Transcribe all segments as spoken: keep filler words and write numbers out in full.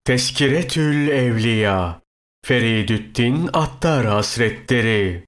Tezkiretül Evliya Feridüddin Attar Hazretleri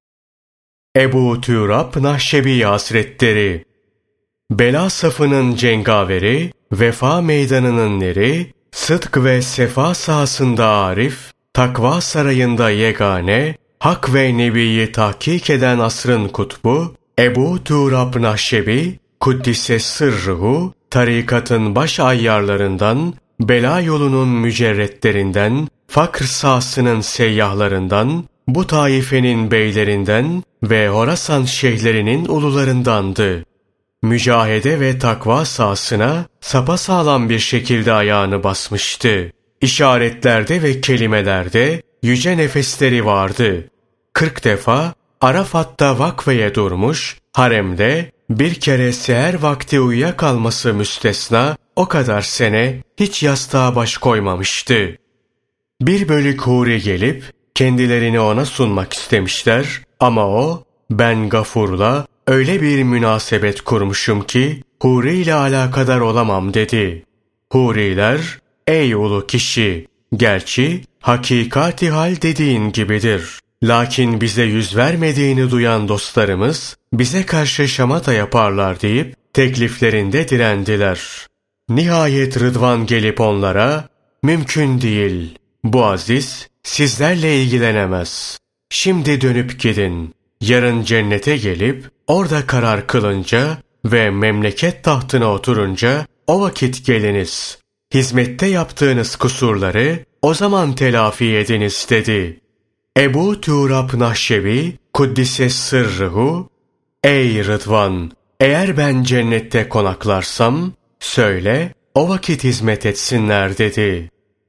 Ebu Türab Nahşebi Hazretleri Bela safının cengaveri, vefa meydanının neri, sıdk ve sefa sahasında arif, takva sarayında yegane, hak ve nebiyi tahkik eden asrın kutbu, Ebu Türab Nahşebi, Kuddise sırruhu, tarikatın baş ayyarlarından, bela yolunun mücerretlerinden, fakr sahasının seyyahlarından, bu taifenin beylerinden ve Horasan şeyhlerinin ulularındandı. Mücahede ve takva sahasına sapasağlam bir şekilde ayağını basmıştı. İşaretlerde ve kelimelerde yüce nefesleri vardı. Kırk defa Arafat'ta vakfeye durmuş, haremde bir kere seher vakti uyuyakalması müstesna, o kadar sene hiç yastığa baş koymamıştı. Bir bölük huri gelip kendilerini ona sunmak istemişler ama o, ben Gafur'la öyle bir münasebet kurmuşum ki huri ile alakadar olamam dedi. Huriler, ey ulu kişi, gerçi hakikati hal dediğin gibidir. Lakin bize yüz vermediğini duyan dostlarımız bize karşı şamata yaparlar deyip tekliflerinde direndiler. Nihayet Rıdvan gelip onlara, mümkün değil, bu aziz sizlerle ilgilenemez. Şimdi dönüp gidin. Yarın cennete gelip orada karar kılınca ve memleket tahtına oturunca o vakit geliniz. Hizmette yaptığınız kusurları o zaman telafi ediniz dedi. Ebu Türab Nahşebi Kuddise sırruhu, ey Rıdvan, eğer ben cennette konaklarsam söyle o vakit hizmet etsinler dedi.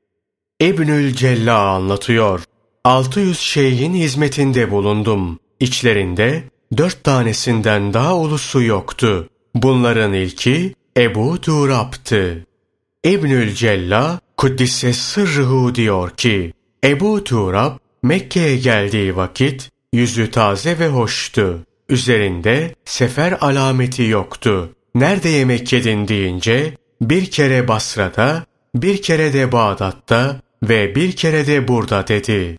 İbnül Cella anlatıyor. altı yüz şeyhin hizmetinde bulundum. İçlerinde dört tanesinden daha ulusu yoktu. Bunların ilki Ebu Türab'tı. İbnül Cella Kuddise sırruhu diyor ki, Ebu Türab Mekke'ye geldiği vakit yüzü taze ve hoştu. Üzerinde sefer alameti yoktu. Nerede yemek yedin deyince bir kere Basra'da, bir kere de Bağdat'ta ve bir kere de burada dedi.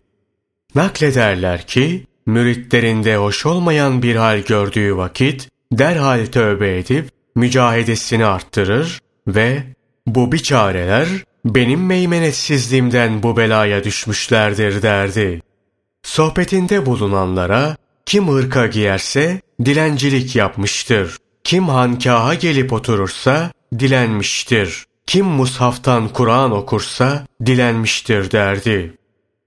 Naklederler ki müritlerinde hoş olmayan bir hal gördüğü vakit derhal tövbe edip mücahedesini arttırır ve bu biçareler benim meymenetsizliğimden bu belaya düşmüşlerdir derdi. Sohbetinde bulunanlara kim hırka giyerse dilencilik yapmıştır. Kim hankaha gelip oturursa dilenmiştir. Kim mushaftan Kur'an okursa dilenmiştir derdi.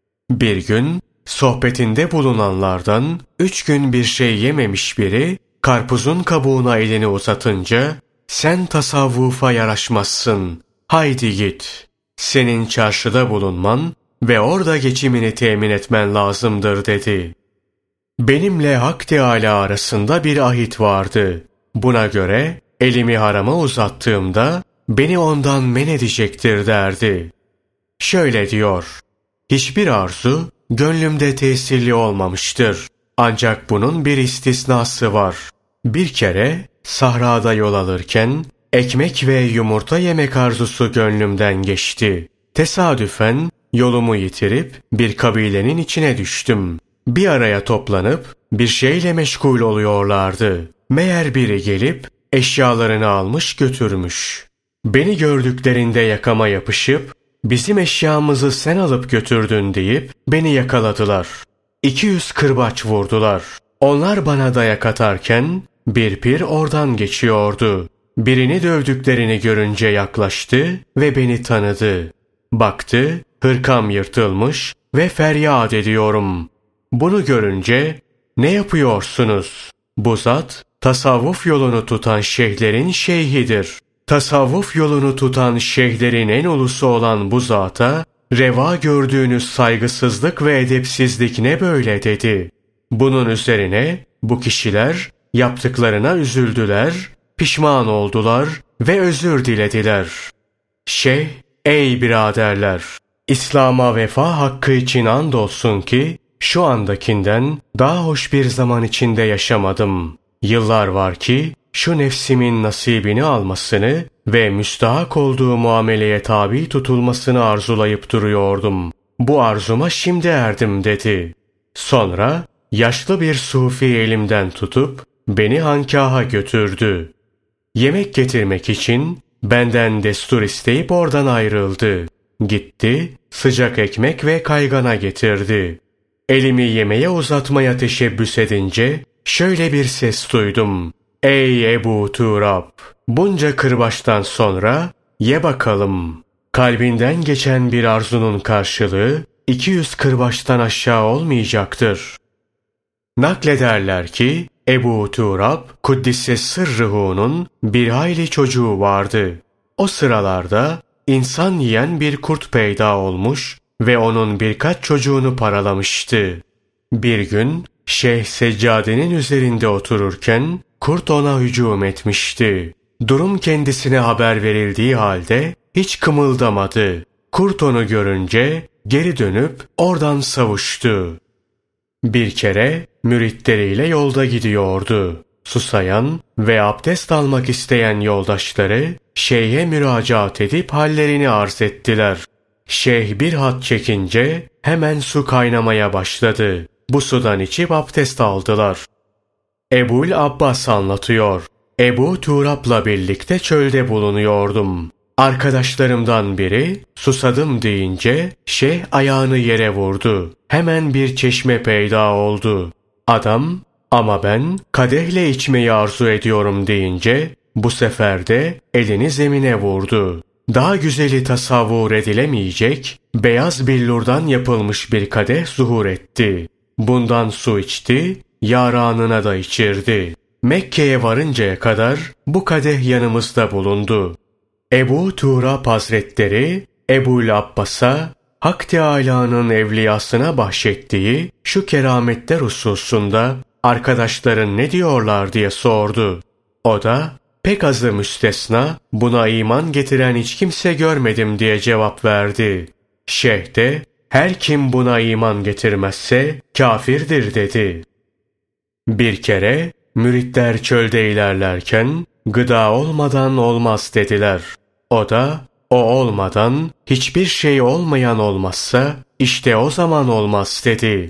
Bir gün sohbetinde bulunanlardan üç gün bir şey yememiş biri karpuzun kabuğuna elini uzatınca sen tasavvufa yaraşmazsın. Haydi git. Senin çarşıda bulunman ve orada geçimini temin etmen lazımdır dedi. Benimle Hak Teâlâ arasında bir ahit vardı. Buna göre elimi harama uzattığımda beni ondan men edecektir derdi. Şöyle diyor, hiçbir arzu gönlümde tesirli olmamıştır. Ancak bunun bir istisnası var. Bir kere sahrada yol alırken ekmek ve yumurta yemek arzusu gönlümden geçti. Tesadüfen yolumu yitirip bir kabilenin içine düştüm. Bir araya toplanıp bir şeyle meşgul oluyorlardı. Meğer biri gelip eşyalarını almış götürmüş. Beni gördüklerinde yakama yapışıp bizim eşyamızı sen alıp götürdün deyip beni yakaladılar. iki yüz kırbaç vurdular. Onlar bana dayak atarken bir pir oradan geçiyordu. Birini dövdüklerini görünce yaklaştı ve beni tanıdı. Baktı, hırkam yırtılmış ve feryat ediyorum. Bunu görünce, ne yapıyorsunuz? Bu zat, tasavvuf yolunu tutan şeyhlerin şeyhidir. Tasavvuf yolunu tutan şeyhlerin en ulusu olan bu zata, reva gördüğünüz saygısızlık ve edepsizlik ne böyle dedi. Bunun üzerine bu kişiler yaptıklarına üzüldüler, pişman oldular ve özür dilediler. Şeyh, ey biraderler! İslam'a vefa hakkı için andolsun ki, şu andakinden daha hoş bir zaman içinde yaşamadım. Yıllar var ki, şu nefsimin nasibini almasını ve müstahak olduğu muameleye tabi tutulmasını arzulayıp duruyordum. Bu arzuma şimdi erdim dedi. Sonra yaşlı bir sufi elimden tutup beni hankaha götürdü. Yemek getirmek için benden destur isteyip oradan ayrıldı. Gitti, sıcak ekmek ve kaygana getirdi. Elimi yemeğe uzatmaya teşebbüs edince şöyle bir ses duydum. Ey Ebu Turab! Bunca kırbaçtan sonra ye bakalım. Kalbinden geçen bir arzunun karşılığı iki yüz kırbaçtan aşağı olmayacaktır. Naklederler ki Ebu Turab Kuddise Sırrıhu'nun bir hayli çocuğu vardı. O sıralarda insan yiyen bir kurt peyda olmuş ve onun birkaç çocuğunu paralamıştı. Bir gün Şeyh seccadenin üzerinde otururken kurt ona hücum etmişti. Durum kendisine haber verildiği halde hiç kımıldamadı. Kurt onu görünce geri dönüp oradan savuştu. Bir kere müritleriyle yolda gidiyordu. Susayan ve abdest almak isteyen yoldaşları şeyhe müracaat edip hallerini arz ettiler. Şeyh bir hat çekince hemen su kaynamaya başladı. Bu sudan içip abdest aldılar. Ebul Abbas anlatıyor. Ebu Turab'la birlikte çölde bulunuyordum. Arkadaşlarımdan biri susadım deyince şeyh ayağını yere vurdu. Hemen bir çeşme peyda oldu. Adam ama ben kadehle içmeyi arzu ediyorum deyince bu sefer de elini zemine vurdu. Daha güzeli tasavvur edilemeyecek beyaz billurdan yapılmış bir kadeh zuhur etti. Bundan su içti, yaranına da içirdi. Mekke'ye varıncaya kadar bu kadeh yanımızda bulundu. Ebu Turab Hazretleri Ebul Abbas'a Hak Teâlâ'nın evliyasına bahşettiği şu kerametler hususunda arkadaşların ne diyorlar diye sordu. O da pek azı müstesna buna iman getiren hiç kimse görmedim diye cevap verdi. Şeyh de her kim buna iman getirmezse kafirdir dedi. Bir kere müritler çölde ilerlerken gıda olmadan olmaz dediler. O da o olmadan hiçbir şey olmayan olmazsa işte o zaman olmaz dedi.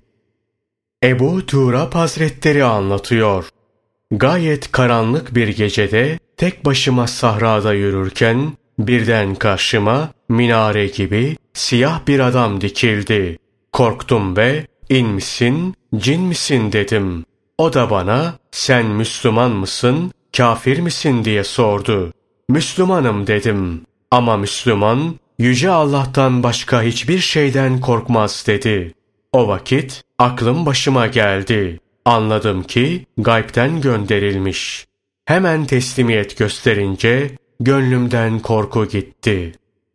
Ebu Turab Hazretleri anlatıyor. Gayet karanlık bir gecede tek başıma sahrada yürürken birden karşıma minare gibi siyah bir adam dikildi. Korktum ve in misin, cin misin dedim. O da bana sen Müslüman mısın, kafir misin diye sordu. Müslümanım dedim. Ama Müslüman Yüce Allah'tan başka hiçbir şeyden korkmaz dedi. O vakit aklım başıma geldi. Anladım ki gaybten gönderilmiş. Hemen teslimiyet gösterince gönlümden korku gitti.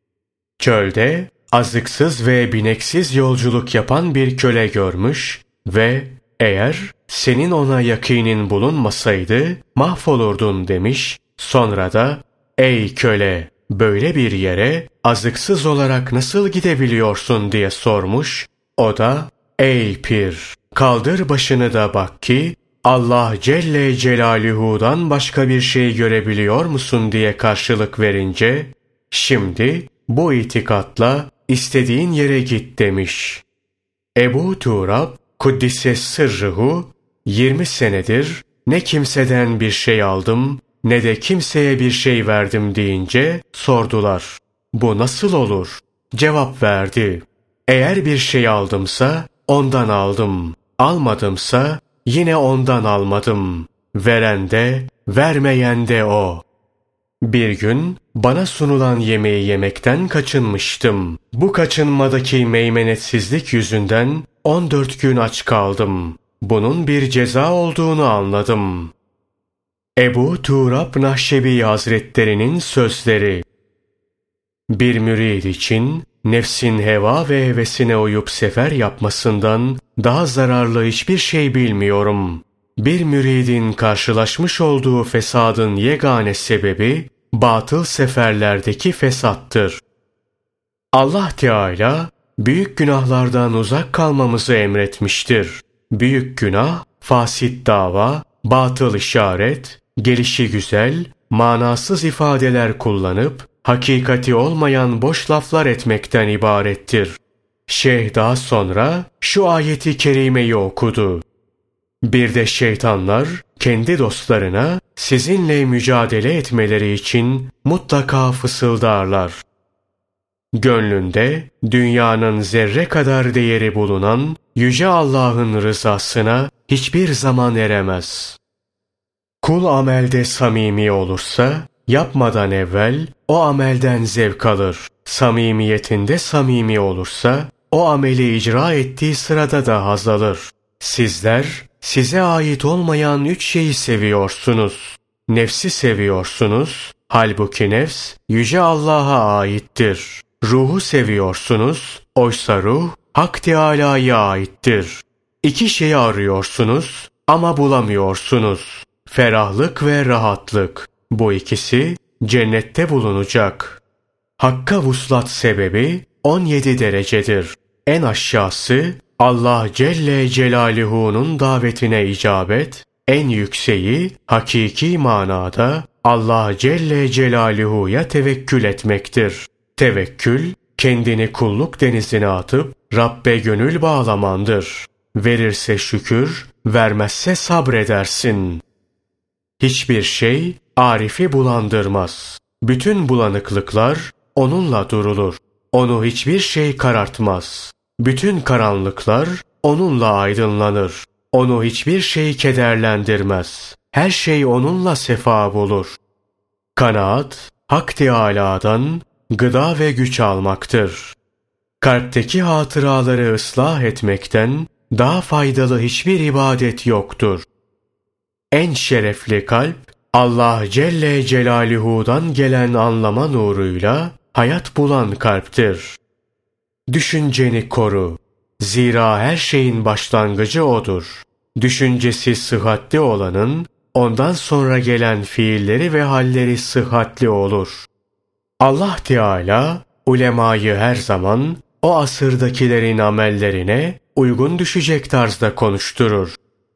Çölde azıksız ve bineksiz yolculuk yapan bir köle görmüş ve eğer senin ona yakinin bulunmasaydı mahvolurdun demiş. Sonra da ey köle böyle bir yere azıksız olarak nasıl gidebiliyorsun diye sormuş. O da ey pir kaldır başını da bak ki Allah Celle Celaluhu'dan başka bir şey görebiliyor musun diye karşılık verince şimdi bu itikatla istediğin yere git demiş. Ebu Turab Kuddise Sırrıhu yirmi senedir ne kimseden bir şey aldım ne de kimseye bir şey verdim deyince sordular. Bu nasıl olur? Cevap verdi. Eğer bir şey aldımsa ondan aldım. Almadımsa yine ondan almadım. Veren de vermeyen de o. Bir gün bana sunulan yemeği yemekten kaçınmıştım. Bu kaçınmadaki meymenetsizlik yüzünden on dört gün aç kaldım. Bunun bir ceza olduğunu anladım. Ebu Turab Nahşebi Hazretlerinin sözleri. Bir mürid için nefsin heva ve hevesine uyup sefer yapmasından daha zararlı hiçbir şey bilmiyorum. Bir müridin karşılaşmış olduğu fesadın yegane sebebi batıl seferlerdeki fesattır. Allah Teala büyük günahlardan uzak kalmamızı emretmiştir. Büyük günah, fasit dava, batıl işaret, gelişi güzel, manasız ifadeler kullanıp, hakikati olmayan boş laflar etmekten ibarettir. Şeyh daha sonra şu ayeti kerimeyi okudu. Bir de şeytanlar kendi dostlarına sizinle mücadele etmeleri için mutlaka fısıldarlar. Gönlünde dünyanın zerre kadar değeri bulunan Yüce Allah'ın rızasına hiçbir zaman eremez. Kul amelde samimi olursa, yapmadan evvel o amelden zevk alır. Samimiyetinde samimi olursa, o ameli icra ettiği sırada da haz alır. Sizler, size ait olmayan üç şeyi seviyorsunuz. Nefsi seviyorsunuz, halbuki nefs, Yüce Allah'a aittir. Ruhu seviyorsunuz, oysa ruh, Hak Teâlâ'ya aittir. İki şeyi arıyorsunuz ama bulamıyorsunuz. Ferahlık ve rahatlık. Bu ikisi cennette bulunacak. Hakka vuslat sebebi on yedi derecedir. En aşağısı Allah Celle Celaluhu'nun davetine icabet, en yükseği hakiki manada Allah Celle Celaluhu'ya tevekkül etmektir. Tevekkül, kendini kulluk denizine atıp Rabbe gönül bağlamandır. Verirse şükür, vermezse sabredersin. Hiçbir şey arifi bulandırmaz. Bütün bulanıklıklar onunla durulur. Onu hiçbir şey karartmaz. Bütün karanlıklar onunla aydınlanır. Onu hiçbir şey kederlendirmez. Her şey onunla sefa bulur. Kanaat, Hak Teâlâ'dan gıda ve güç almaktır. Kalpteki hatıraları ıslah etmekten daha faydalı hiçbir ibadet yoktur. En şerefli kalp, Allah Celle Celaluhu'dan gelen anlama nuruyla hayat bulan kalptir. Düşünceni koru. Zira her şeyin başlangıcı O'dur. Düşüncesi sıhhatli olanın, ondan sonra gelen fiilleri ve halleri sıhhatli olur. Allah Teâlâ, ulemayı her zaman o asırdakilerin amellerine uygun düşecek tarzda konuşturur.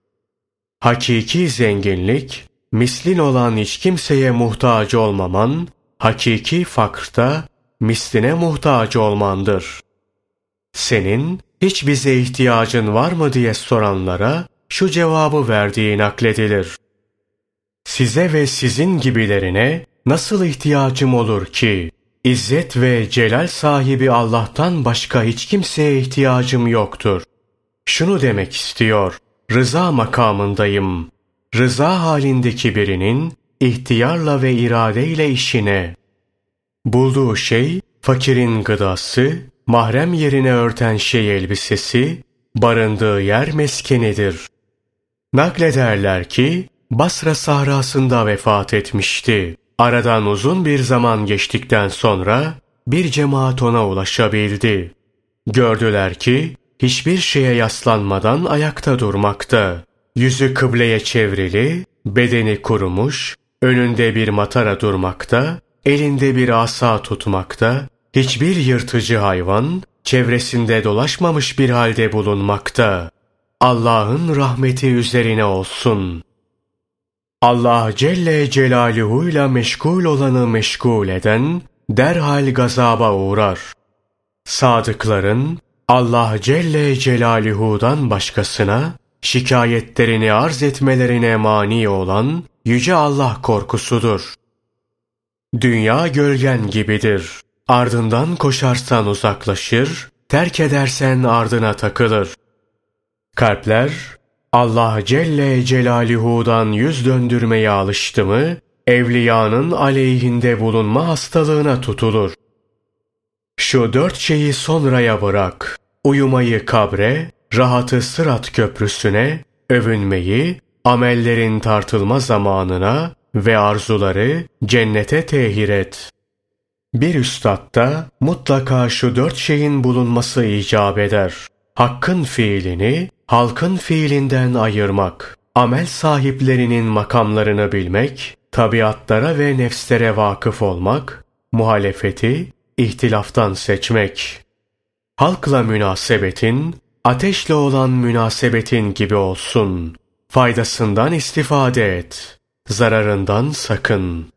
Hakiki zenginlik, mislin olan hiç kimseye muhtaç olmaman, hakiki fakrda misline muhtaç olmandır. Senin hiç bize ihtiyacın var mı diye soranlara şu cevabı verdiği nakledilir. Size ve sizin gibilerine nasıl ihtiyacım olur ki? İzzet ve celal sahibi Allah'tan başka hiç kimseye ihtiyacım yoktur. Şunu demek istiyor, rıza makamındayım. Rıza halindeki birinin ihtiyarla ve iradeyle işine. Bulduğu şey, fakirin gıdası, mahrem yerine örten şey elbisesi, barındığı yer meskenidir. Naklederler ki, Basra sahrasında vefat etmişti. Aradan uzun bir zaman geçtikten sonra bir cemaat ona ulaşabildi. Gördüler ki hiçbir şeye yaslanmadan ayakta durmakta. Yüzü kıbleye çevrili, bedeni kurumuş, önünde bir matara durmakta, elinde bir asa tutmakta, hiçbir yırtıcı hayvan çevresinde dolaşmamış bir halde bulunmakta. Allah'ın rahmeti üzerine olsun. Allah Celle Celaluhu'yla meşgul olanı meşgul eden, derhal gazaba uğrar. Sadıkların, Allah Celle Celaluhu'dan başkasına, şikayetlerini arz etmelerine mani olan, Yüce Allah korkusudur. Dünya gölgen gibidir. Ardından koşarsan uzaklaşır, terk edersen ardına takılır. Kalpler, Allah Celle Celaluhu'dan yüz döndürmeye alıştı mı, evliyanın aleyhinde bulunma hastalığına tutulur. Şu dört şeyi sonraya bırak, uyumayı kabre, rahatı Sırat köprüsüne, övünmeyi, amellerin tartılma zamanına ve arzuları cennete tehir et. Bir üstadda mutlaka şu dört şeyin bulunması icap eder. Hakkın fiilini, halkın fiilinden ayırmak, amel sahiplerinin makamlarını bilmek, tabiatlara ve nefslere vakıf olmak, muhalefeti, ihtilaftan seçmek. Halkla münasebetin, ateşle olan münasebetin gibi olsun. Faydasından istifade et. zararından sakın.